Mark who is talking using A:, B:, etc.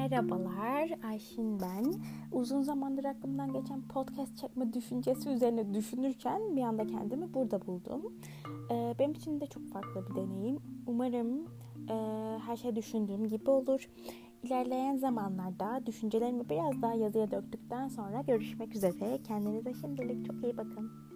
A: Merhabalar, Ayşin ben. Uzun zamandır aklımdan geçen podcast çekme düşüncesi üzerine düşünürken bir anda kendimi burada buldum. Benim için de çok farklı bir deneyim. Umarım her şey düşündüğüm gibi olur. İlerleyen zamanlarda düşüncelerimi biraz daha yazıya döktükten sonra görüşmek üzere. Kendinize şimdilik çok iyi bakın.